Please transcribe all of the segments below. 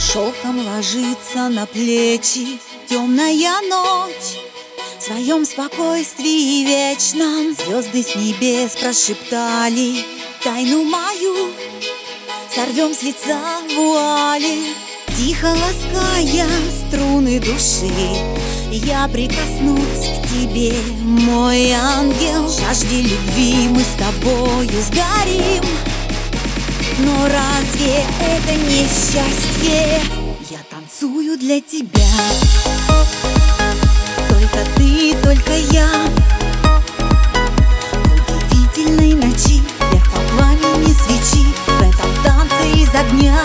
Шелком ложится на плечи темная ночь. В своем спокойствии вечном звезды с небес прошептали тайну мою. Сорвем с лица вуали, тихо лаская струны души. Я прикоснусь к тебе, мой ангел. В жажде любви мы с тобою сгорим. Но разве это не счастье? Я танцую для тебя. Только ты, только я. В удивительной ночи, вверх по пламени свечи, в этом танце из огня.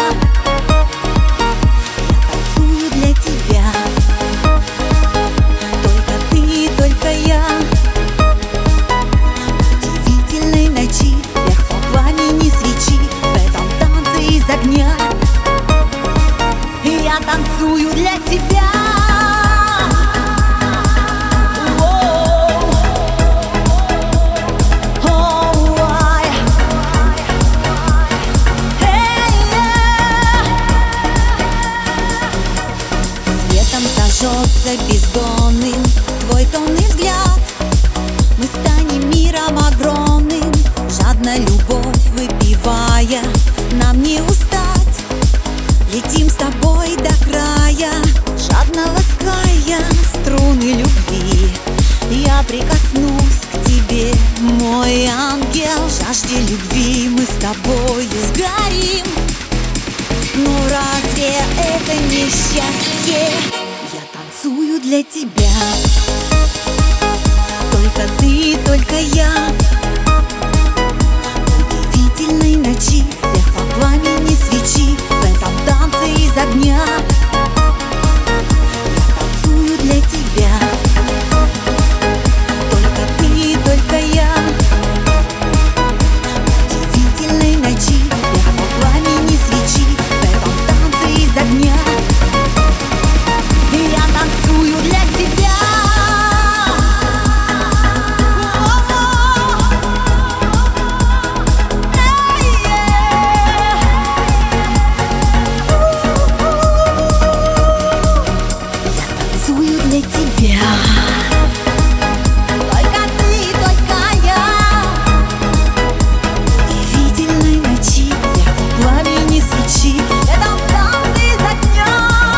Я танцую для тебя. Только ты, только я. В удивительной ночи, вверх по пламени свечи, в этом танце из огня. Я танцую для тебя. Зажжется бездонным твой томный взгляд. Мы станем миром огромным, жадно любовь выпивая, нам не устать. Летим с тобой до края, жадно лаская струны любви. Я прикоснусь к тебе, мой ангел. В жажде любви мы с тобою сгорим. Но разве это не счастье? Танцую для тебя. Только ты, только я. В удивительной ночи, вверх по пламени свечи, в этом танце из огня. Я танцую для тебя. Только ты, только я. В удивительной ночи, вверх по пламени свечи, в этом танце из огня. Я танцую для тебя. Я танцую для тебя. Только ты, только я. В удивительной ночи, вверх по пламени свечи, в этом танце из огня.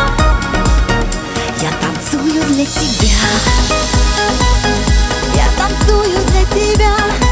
Я танцую для тебя. Я танцую для тебя.